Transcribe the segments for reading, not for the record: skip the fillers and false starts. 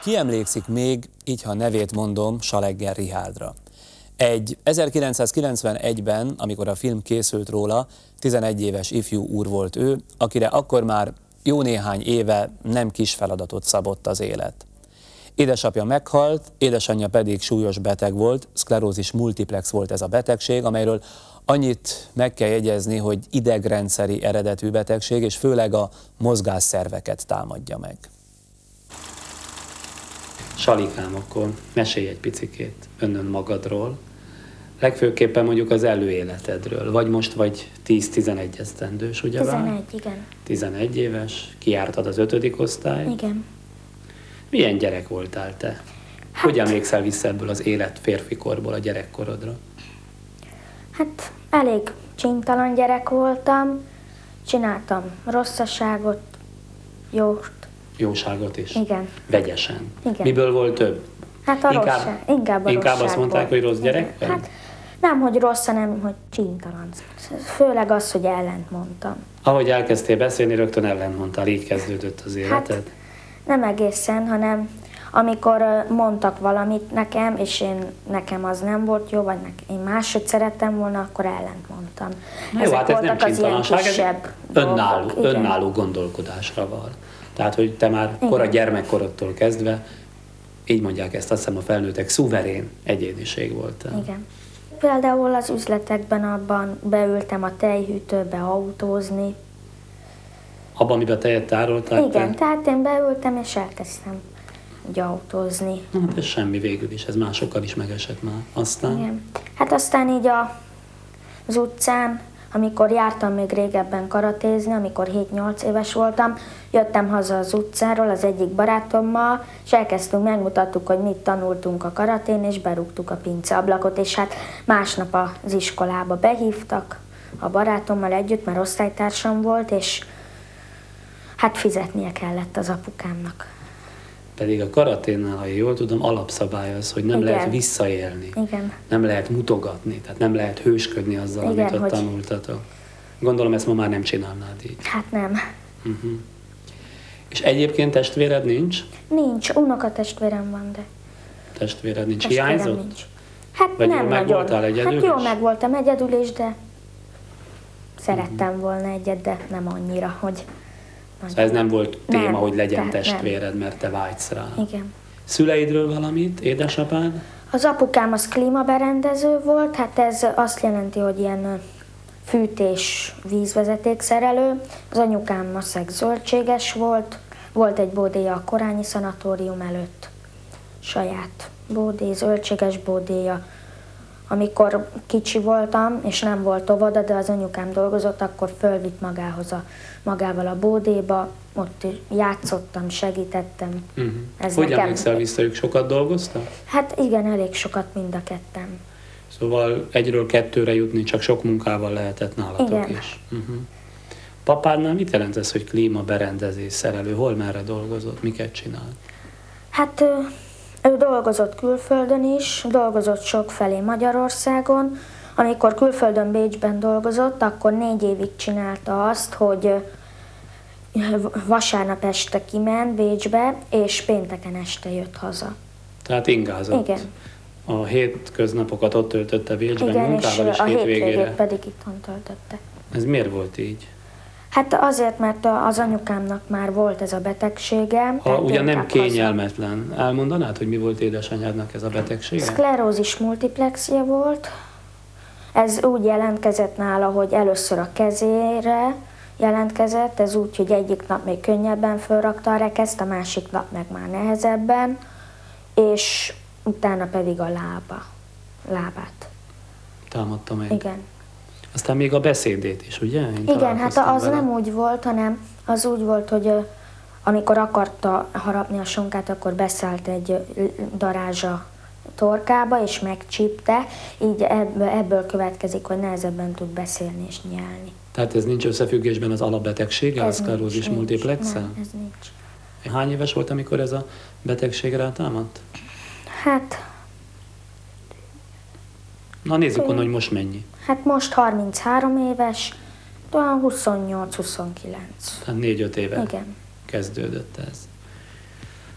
Ki emlékszik még, így ha nevét mondom, Salegger Rihárdra? Egy 1991-ben, amikor a film készült róla, 11 éves ifjú úr volt ő, akire akkor már jó néhány éve nem kis feladatot szabott az élet. Édesapja meghalt, édesanyja pedig súlyos beteg volt, szklerózis multiplex volt ez a betegség, amelyről annyit meg kell jegyezni, hogy idegrendszeri eredetű betegség, és főleg a mozgásszerveket támadja meg. Salikám, akkor mesélj egy picikét magadról, legfőképpen mondjuk az előéletedről, vagy most vagy 10-11 esztendős, ugye? 11, igen. 11 éves, kijártad az 5. osztályt. Igen. Milyen gyerek voltál te? Hogy emlékszel vissza ebből az élet férfikorból a gyerekkorodra? Hát elég csínytalan gyerek voltam, csináltam rosszaságot, jót. Jóságot is? Igen. Vegyesen? Igen. Miből volt több? Hát a inkább a Inkább azt mondták, hogy rossz gyerek? Hát nem, hogy rossz, hanem, hogy csínytalan. Főleg az, hogy ellent mondtam. Ahogy elkezdtél beszélni, rögtön ellent mondtál, így kezdődött az életed? Hát nem egészen, hanem amikor mondtak valamit nekem, és nekem az nem volt jó, vagy én máshogy szerettem volna, akkor ellent mondtam. Na jó, hát ez nem csínytalanság, ez önálló gondolkodásra van. Tehát, hogy te már kora gyermekkorodtól kezdve, így mondják ezt, azt hiszem a felnőttek, szuverén egyéniség voltál. Igen. Például az üzletekben abban beültem a tejhűtőbe autózni. Abban, amiben tejet tároltál? Igen, tehát én beültem és elkezdtem úgy autózni. Hát ez semmi végül is, ez másokkal is megesett már. Aztán? Igen. Hát aztán így az utcán, amikor jártam még régebben karatézni, amikor 7-8 éves voltam, jöttem haza az utcáról az egyik barátommal, és elkezdtünk, megmutattuk, hogy mit tanultunk a karatén, és berúgtuk a pinceablakot, és hát másnap az iskolába behívtak a barátommal együtt, mert osztálytársam volt, és hát fizetnie kellett az apukámnak. Pedig a karaténnál, ha jól tudom, alapszabály az, hogy nem lehet visszaélni. Igen. Nem lehet mutogatni, tehát nem lehet hősködni azzal, amit ott tanultatok. Gondolom, ezt ma már nem csinálnád így. Hát nem. És egyébként testvéred nincs? Nincs, unokatestvérem van, de... Testvéred nincs? Hiányzott? Nincs. Hát vagy nem meg nagyon. Voltál egyedül hát jól is? meg voltam egyedül is, de szerettem volna egyet, de nem annyira, hogy... Szóval ez nem volt téma, nem, hogy legyen testvéred, mert te vágysz rá. Igen. Szüleidről valamit, édesapád? Az apukám az klímaberendező volt, hát ez azt jelenti, hogy ilyen fűtés, vízvezetékszerelő. Az anyukám maszeg zöldséges volt egy bódéja a Korányi szanatórium előtt. Saját bódé, zöldséges bódéja. Amikor kicsi voltam, és nem volt óvoda, de az anyukám dolgozott, akkor fölvitt magával a bódéba, ott játszottam, segítettem. Hogy emlékszel vissza, ők sokat dolgoztak? Hát igen, elég sokat mind a ketten. Szóval 1-ről 2-re jutni csak sok munkával lehetett nálatok is. Papádnál mit jelent ez, hogy klímaberendezés szerelő? Hol merre dolgozott? Miket csinál? Hát ő dolgozott külföldön is, dolgozott sokfelé Magyarországon. Amikor külföldön Bécsben dolgozott, akkor 4 évig csinálta azt, hogy vasárnap este kiment Bécsbe, és pénteken este jött haza. Tehát ingázott. Igen. A hétköznapokat ott töltötte Bécsben, igen, munkával és a hétvégét pedig itthon töltötte. Ez miért volt így? Hát azért, mert az anyukámnak már volt ez a betegsége. Ha ugyan nem kényelmetlen, elmondanád, hogy mi volt édesanyádnak ez a betegsége? Szklerózis multiplexia volt. Ez úgy jelentkezett nála, hogy először a kezére jelentkezett, ez úgy, hogy egyik nap még könnyebben fölrakta a rekeszt, a másik nap meg már nehezebben, és utána pedig a lábát. Támadta meg? Igen. Aztán még a beszédét is, ugye? Igen, hát az nem úgy volt, hanem az úgy volt, hogy amikor akarta harapni a sonkát, akkor beszállt egy darázsa torkába, és megcsípte, így ebből következik, hogy nehezebben tud beszélni és nyelni. Tehát ez nincs összefüggésben az alapbetegséggel, a szklerózis multiplex-el? Nem, ez nincs. Hány éves volt, amikor ez a betegség rátámadt? Hát... Na nézzük onnan, hogy most mennyi. Hát most 33 éves, talán 28-29. Tehát 4-5 éve igen. kezdődött ez.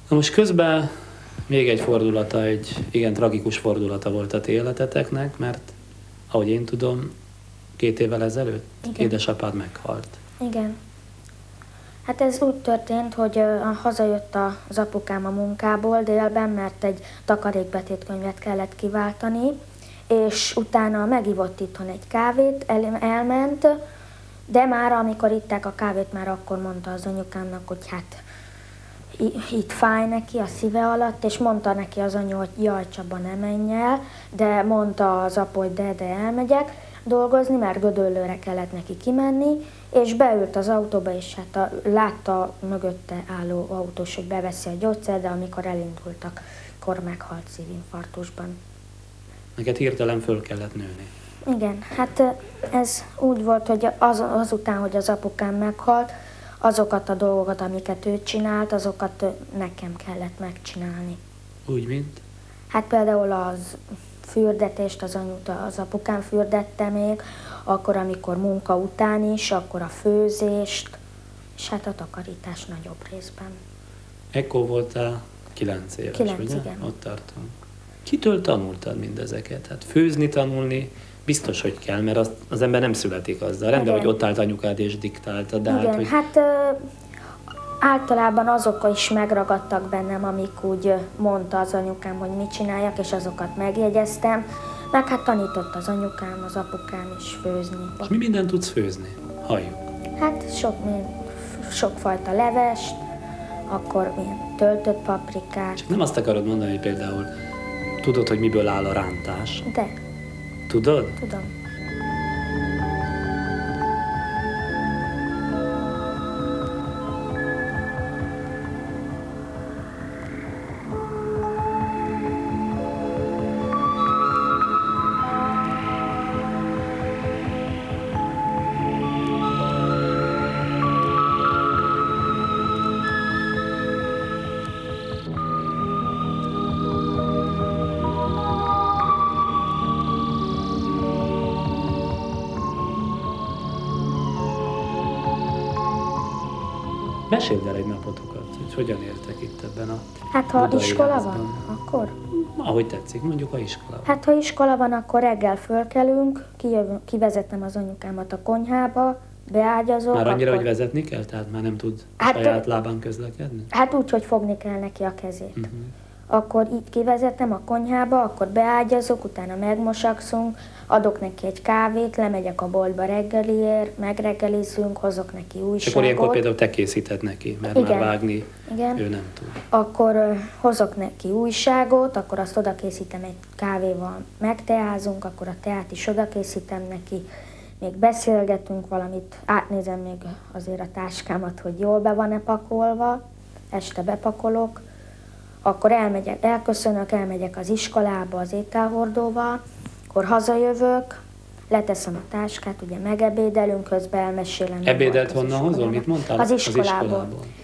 Na most közben még egy fordulata, egy igen tragikus fordulata volt a ti életeteknek, mert ahogy én tudom, 2 évvel ezelőtt édesapád meghalt. Igen. Hát ez úgy történt, hogy hazajött az apukám a munkából délben, mert egy takarékbetétkönyvet kellett kiváltani, és utána megivott itthon egy kávét, elment, de már amikor itták a kávét, már akkor mondta az anyukámnak, hogy hát itt fáj neki a szíve alatt, és mondta neki az anyu, hogy jaj Csaba, ne menj el, de mondta az apu, hogy de elmegyek dolgozni, mert Gödöllőre kellett neki kimenni, és beült az autóba, és hát látta mögötte álló autós, hogy beveszi a gyógyszer, de amikor elindultak, akkor meghalt szívinfarktusban. Neked hirtelen föl kellett nőni. Igen, hát ez úgy volt, hogy azután, hogy az apukám meghalt, azokat a dolgokat, amiket ő csinált, azokat nekem kellett megcsinálni. Úgy, mint? Hát például az fürdetést az apukám fürdette még, akkor, amikor munka után is, akkor a főzést, és hát a takarítás nagyobb részben. Ekkor voltál 9 éves, 9, ugye? igen. Ott tartunk. Kitől tanultad mindezeket? Hát főzni, tanulni biztos, hogy kell, mert az ember nem születik azzal. Rendben, hogy ott állt anyukád és diktálta, de igen, hát, hogy... hát általában azok is megragadtak bennem, amik úgy mondta az anyukám, hogy mit csináljak, és azokat megjegyeztem. Meg hát tanított az anyukám, az apukám is főzni. És mi mindent tudsz főzni? Halljuk. Hát sokfajta levest, akkor milyen töltött paprikát. Csak nem azt akarod mondani, hogy például tudod, hogy miből áll a rántás. De. Tudod? Tudom. Meséld el egy napotokat, hogy hogyan értek itt ebben a Hát ha budai iskola házban. van, akkor? Ahogy tetszik, mondjuk a iskola. Hát ha iskola van, akkor reggel fölkelünk, kivezetem az anyukámat a konyhába, beágyazok. Már annyira, akkor... hogy vezetni kell? Tehát már nem tud Hát, saját lábán közlekedni? Hát úgy, hogy fogni kell neki a kezét. Uh-huh. Akkor így kivezetem a konyhába, akkor beágyazok, utána megmosakszunk, adok neki egy kávét, lemegyek a boltba reggeliért, megreggelizünk, hozok neki újságot. És akkor ilyenkor például te készíted neki, mert igen. már vágni igen. ő nem tud. Akkor hozok neki újságot, akkor azt oda készítem egy kávéval, megteázunk, akkor a teát is oda készítem neki, még beszélgetünk valamit, átnézem még azért a táskámat, hogy jól be van-e pakolva, este bepakolok, akkor elköszönök, elmegyek az iskolába az ételhordóval, akkor hazajövök, leteszem a táskát, ugye megebédelünk, közben elmesélem. Ebédelt honnan hozol? Mit mondtál? Az iskolából.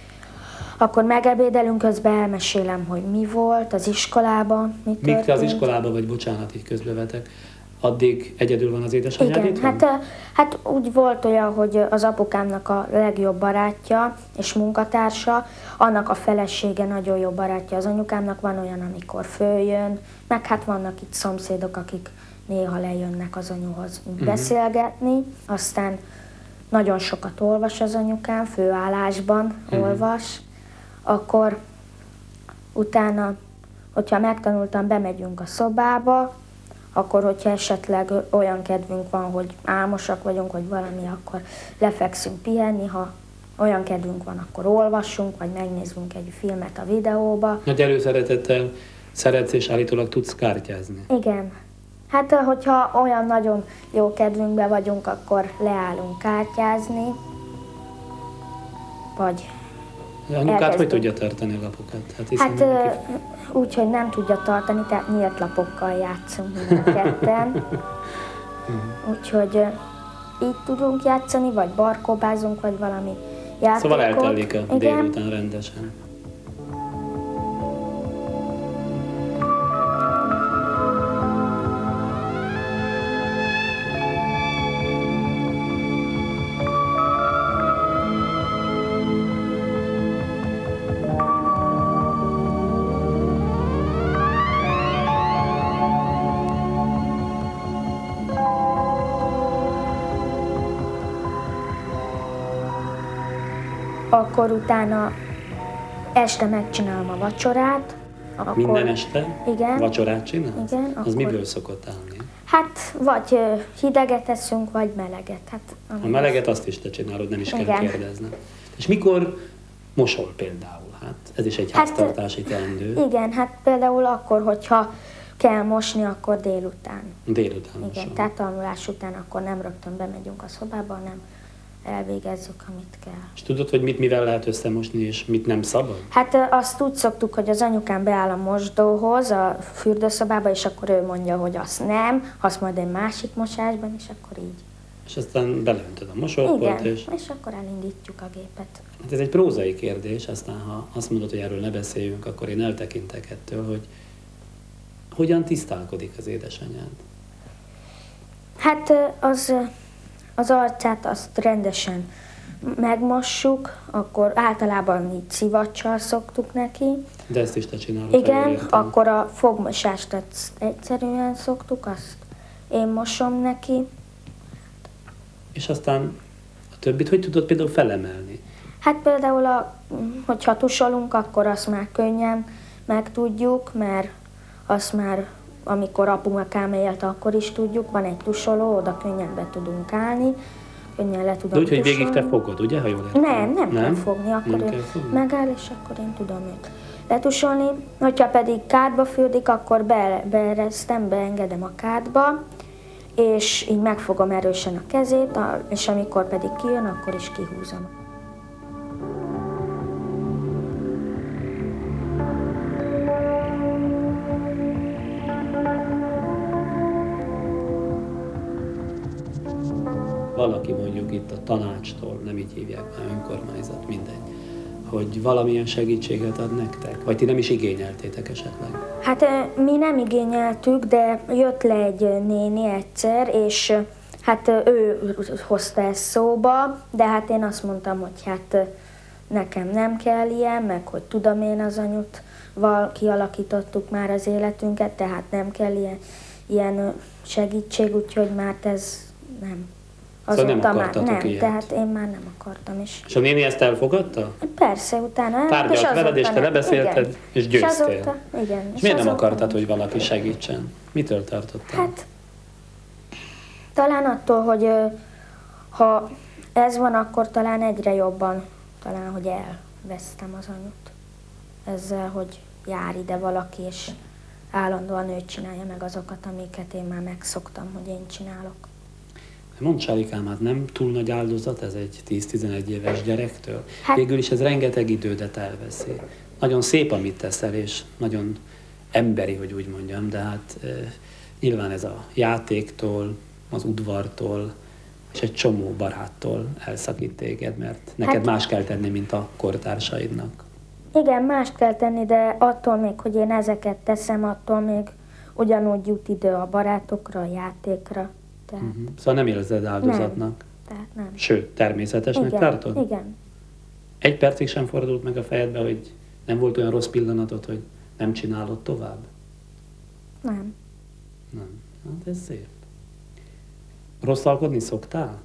Akkor megebédelünk, közben elmesélem, hogy mi volt az iskolában, mi történt. Míg te az iskolában vagy, bocsánat, így közbevetek, addig egyedül van az édesanyád igen, itthon? hát úgy volt olyan, hogy az apukámnak a legjobb barátja és munkatársa, annak a felesége nagyon jó barátja az anyukámnak, van olyan, amikor följön, meg hát vannak itt szomszédok, akik néha lejönnek az anyuhoz beszélgetni, aztán nagyon sokat olvas az anyukám, főállásban olvas, akkor utána, hogyha megtanultam, bemegyünk a szobába, akkor, hogyha esetleg olyan kedvünk van, hogy álmosak vagyunk, vagy valami, akkor lefekszünk pihenni, ha olyan kedvünk van, akkor olvassunk, vagy megnézzünk egy filmet a videóba. Nagy előszeretettel szeretsz és állítólag tudsz kártyázni. Igen. Hát, hogyha olyan nagyon jó kedvünkben vagyunk, akkor leállunk kártyázni, vagy Anyukád hogy tudja tartani a lapokat? Hát úgy, hogy nem tudja tartani, tehát nyílt lapokkal játszunk mind a ketten. Úgyhogy így tudunk játszani, vagy barkóbázunk, vagy valami játékot. Szóval eltelik a délután rendesen. akkor utána este megcsinálom a vacsorát. Akkor, Minden este? Igen. Vacsorát csinálsz? Igen. Az miből szokott állni? Hát vagy hideget eszünk, vagy meleget. Hát, A meleget azt is te csinálod, nem is kell Igen. kérdeznem. És mikor mosol például? Hát ez is egy háztartási teendő. Igen, hát például akkor, hogyha kell mosni, akkor délután. Délután Igen, mosol. tehát tanulás után akkor nem rögtön bemegyünk a szobába, hanem elvégezzük, amit kell. És tudod, hogy mit mivel lehet összemosni, és mit nem szabad? Hát azt úgy szoktuk, hogy az anyukám beáll a mosdóhoz, a fürdőszobába, és akkor ő mondja, hogy azt nem, azt majd egy másik mosásban, és akkor így. És aztán beleöntöd a mosóport, Igen, és akkor elindítjuk a gépet. hát ez egy prózai kérdés, aztán ha azt mondod, hogy erről ne beszéljünk, akkor én eltekintek ettől, hogy hogyan tisztálkodik az édesanyád? Hát az arcát azt rendesen megmossuk, akkor általában így szivacsal szoktuk neki. De ezt is te csinálod, ha jól Igen, értem. akkor a fogmosást azt egyszerűen szoktuk, azt én mosom neki. És aztán a többit hogy tudod például felemelni? Hát például, hogyha tusolunk, akkor azt már könnyen megtudjuk, mert azt már, amikor apukám élt, akkor is tudjuk, van egy tusoló, oda könnyen be tudunk állni, könnyen le De tudom úgy, hogy tusolni. végig te fogod, ugye, ha jól értem? Nem kell fogni, akkor Nem ő kell fogni? megáll, és akkor én tudom őt letusolni. Hogyha pedig kádba fürdik, akkor beeresztem, beengedem a kádba, és így megfogom erősen a kezét, és amikor pedig kijön, akkor is kihúzom. Valaki mondjuk itt a tanácstól, nem így hívják már, önkormányzat, mindegy, hogy valamilyen segítséget ad nektek? Vagy ti nem is igényeltétek esetleg? Hát mi nem igényeltük, de jött le egy néni egyszer, és hát ő hozta ezt szóba, de hát én azt mondtam, hogy hát nekem nem kell ilyen, meg hogy tudom én az anyutval kialakítottuk már az életünket, tehát nem kell ilyen segítség, úgyhogy már ez nem. Szóval nem Azóta akartatok már nem, ilyet? tehát én már nem akartam is. És a néni ezt elfogadta? Persze, utána elment, Tárgyalt és azóta veled, és te nem. lebeszélted, Igen. és győztél. azóta, igen. És miért nem azóta akartad, hogy valaki segítsen? Mitől tartottál? Hát, talán attól, hogy ha ez van, akkor talán egyre jobban, talán, hogy elvesztem az anyut. Ezzel, hogy jár ide valaki, és állandóan ő csinálja meg azokat, amiket én már megszoktam, hogy én csinálok. Mondd, Salikám, hát nem túl nagy áldozat ez egy 10-11 éves gyerektől? Hát- Végül is ez rengeteg idődet elveszi. Nagyon szép, amit teszel, és nagyon emberi, hogy úgy mondjam, de hát nyilván ez a játéktól, az udvartól, és egy csomó baráttól elszakít téged, mert neked Hát- más kell tenni, mint a kortársaidnak. Igen, mást kell tenni, de attól még, hogy én ezeket teszem, attól még ugyanúgy jut idő a barátokra, a játékra. Tehát, Szóval nem érzed áldozatnak? tehát nem. Sőt, természetesnek Igen, tartod? igen. Egy percig sem fordult meg a fejedbe, hogy nem volt olyan rossz pillanatod, hogy nem csinálod tovább? Nem. Nem. Hát ez szép. Rosszalkodni szoktál?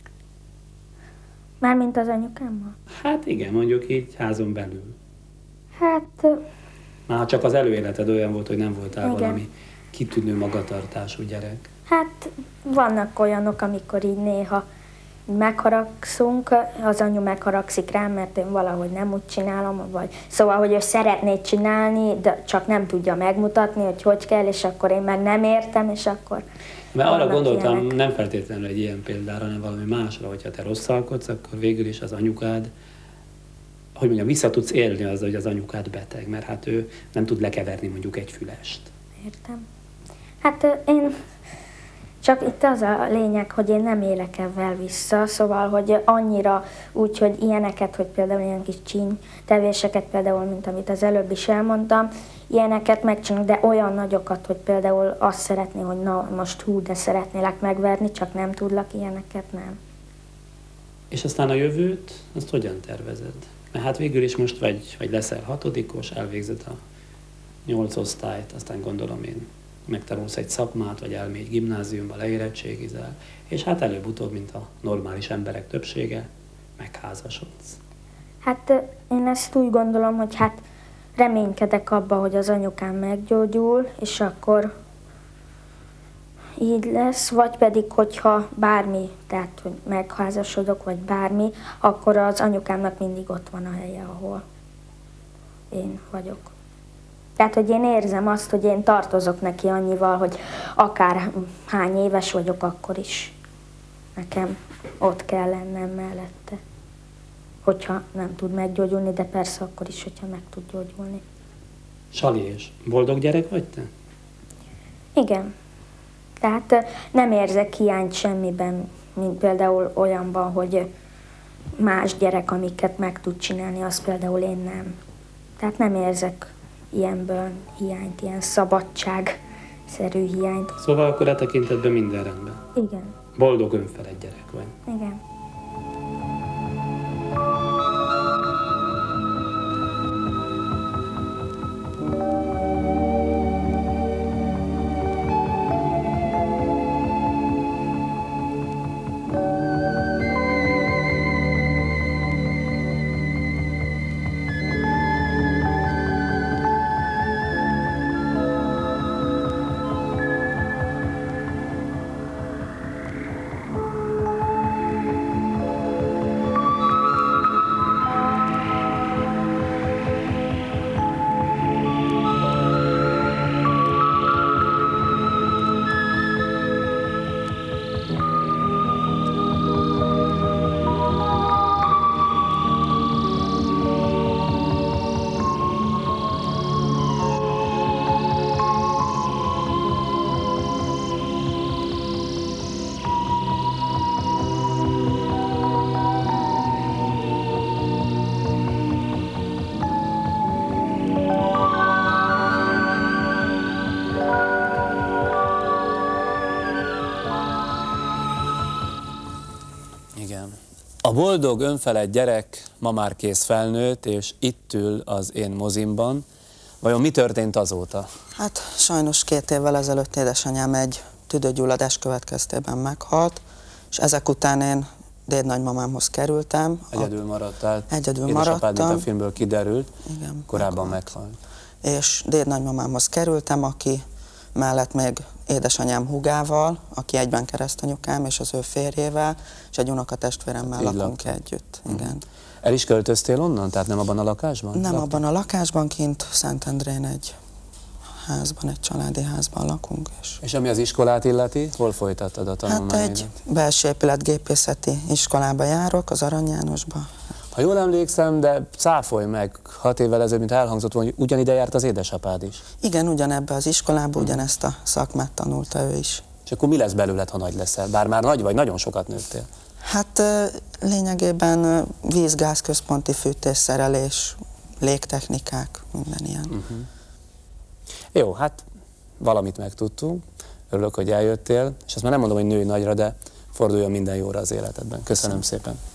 Mármint az anyukámmal? Hát igen, mondjuk így házon belül. Hát, Már csak az előéleted olyan volt, hogy nem voltál Igen. valami kitűnő magatartású gyerek. hát vannak olyanok, amikor így néha megharagszunk, az anyu megharagszik rám, mert én valahogy nem úgy csinálom, vagy szóval, hogy ő szeretné csinálni, de csak nem tudja megmutatni, hogy kell, és akkor én meg nem értem, és akkor Mert arra vannak gondoltam, ilyenek. nem feltétlenül egy ilyen példára, hanem valami másra, hogyha te rosszalkodsz, akkor végül is az anyukád, hogy mondjam, vissza tudsz élni azzal, hogy az anyukád beteg, mert hát ő nem tud lekeverni mondjuk egy fülest. Értem. Hát én csak itt az a lényeg, hogy én nem élek ebben vissza, szóval, hogy annyira úgy, hogy ilyeneket, hogy például ilyen kis csínytevéseket, például, mint amit az előbb is elmondtam, ilyeneket megcsinálok, de olyan nagyokat, hogy például azt szeretné, hogy na most hú, de szeretnélek megverni, csak nem tudlak ilyeneket, nem. És aztán a jövőt, azt hogyan tervezed? Mert hát végül is most vagy leszel 6-os, elvégzed a 8 osztályt, aztán gondolom én megtanulsz egy szakmát, vagy elmégy gimnáziumba, leérettségizel, és hát előbb-utóbb, mint a normális emberek többsége, megházasodsz. Hát én ezt úgy gondolom, hogy hát reménykedek abba, hogy az anyukám meggyógyul, és akkor így lesz, vagy pedig, hogyha bármi, tehát hogy megházasodok, vagy bármi, akkor az anyukámnak mindig ott van a helye, ahol én vagyok. Tehát, hogy én érzem azt, hogy én tartozok neki annyival, hogy akár hány éves vagyok, akkor is nekem ott kell lennem mellette. Hogyha nem tud meggyógyulni, de persze akkor is, hogyha meg tud gyógyulni. Sali, és boldog gyerek vagy te? Igen. Tehát nem érzek hiányt semmiben, mint például olyanban, hogy más gyerek, amiket meg tud csinálni, az például én nem. Tehát nem érzek ilyenből hiányt, ilyen szabadságszerű hiányt. Szóval akkor a tekintetben minden rendben. Igen. Boldog önfelett gyerek vagy. Igen. Igen. A boldog, önfelett gyerek ma már kész felnőtt, és itt ül az én mozimban. Vajon mi történt azóta? Hát sajnos 2 évvel ezelőtt édesanyám egy tüdőgyulladás következtében meghalt, és ezek után én dédnagymamámhoz kerültem. Egyedül maradtál. Egyedül Édesapád, mint maradtam. a filmből kiderült, Igen, korábban meghalt. És dédnagymamámhoz kerültem, aki mellett még édesanyám húgával, aki egyben keresztanyukám, és az ő férjével, és egy unokatestvéremmel Így lakunk együtt. Igen. El is költöztél onnan? Tehát nem abban a lakásban? Nem laktál? abban a lakásban, kint Szentendrén egy házban, egy családi házban lakunk. És ami az iskolát illeti, hol folytattad a Hát tanulmányodat? egy belső épületgépészeti iskolába járok, az Arany Jánosba. Ha jól emlékszem, de cáfolj meg, 6 évvel ezelőtt, mint elhangzott volna, hogy ugyanide járt az édesapád is. Igen, ugyanebbe az iskolába, ugyanezt a szakmát tanulta ő is. És akkor mi lesz belőled, ha nagy leszel? Bár már nagy vagy, nagyon sokat nőttél. Hát lényegében víz-gáz-központi fűtésszerelés, légtechnikák, minden ilyen. Jó, hát valamit megtudtunk. Örülök, hogy eljöttél, és azt már nem mondom, hogy nőj nagyra, de forduljon minden jóra az életedben. Köszönöm szépen.